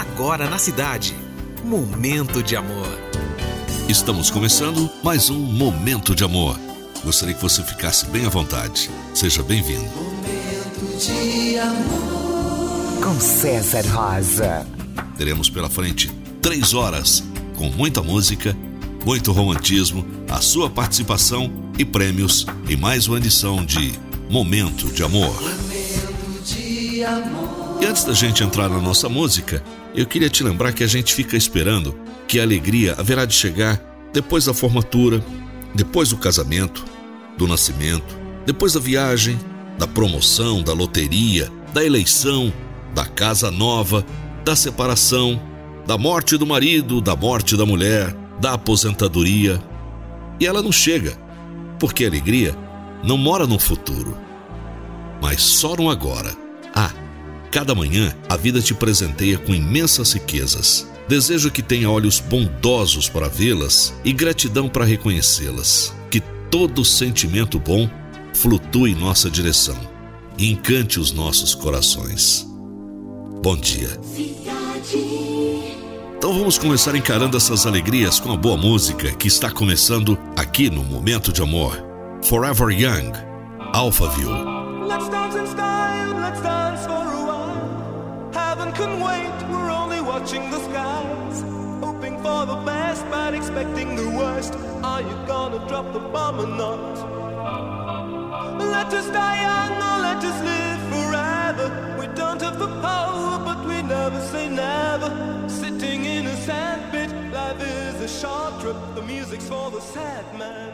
agora na cidade. Momento de Amor. Estamos começando mais um Momento de Amor. Gostaria que você ficasse bem à vontade. Seja bem-vindo. Momento de Amor. Com César Rosa. Teremos pela frente 3 horas com muita música, muito romantismo, a sua participação e prêmios em mais uma edição de Momento de Amor. Momento de Amor. E antes da gente entrar na nossa música, eu queria te lembrar que a gente fica esperando que a alegria haverá de chegar depois da formatura, depois do casamento, do nascimento, depois da viagem, da promoção, da loteria, da eleição, da casa nova, da separação, da morte do marido, da morte da mulher, da aposentadoria. E ela não chega, porque a alegria não mora no futuro, mas só no agora. Cada manhã a vida te presenteia com imensas riquezas. Desejo que tenha olhos bondosos para vê-las e gratidão para reconhecê-las. Que todo sentimento bom flutue em nossa direção e encante os nossos corações. Bom dia. Então vamos começar encarando essas alegrias com a boa música que está começando aqui no Momento de Amor. Forever Young, Alphaville. Let's dance in style, let's dance for a while. Heaven can wait, we're only watching the skies. Hoping for the best, but expecting the worst. Are you gonna drop the bomb or not? Let us die young or let us live forever. We don't have the power, but we never say never. Sitting in a sandpit, life is a short trip. The music's for the sad man.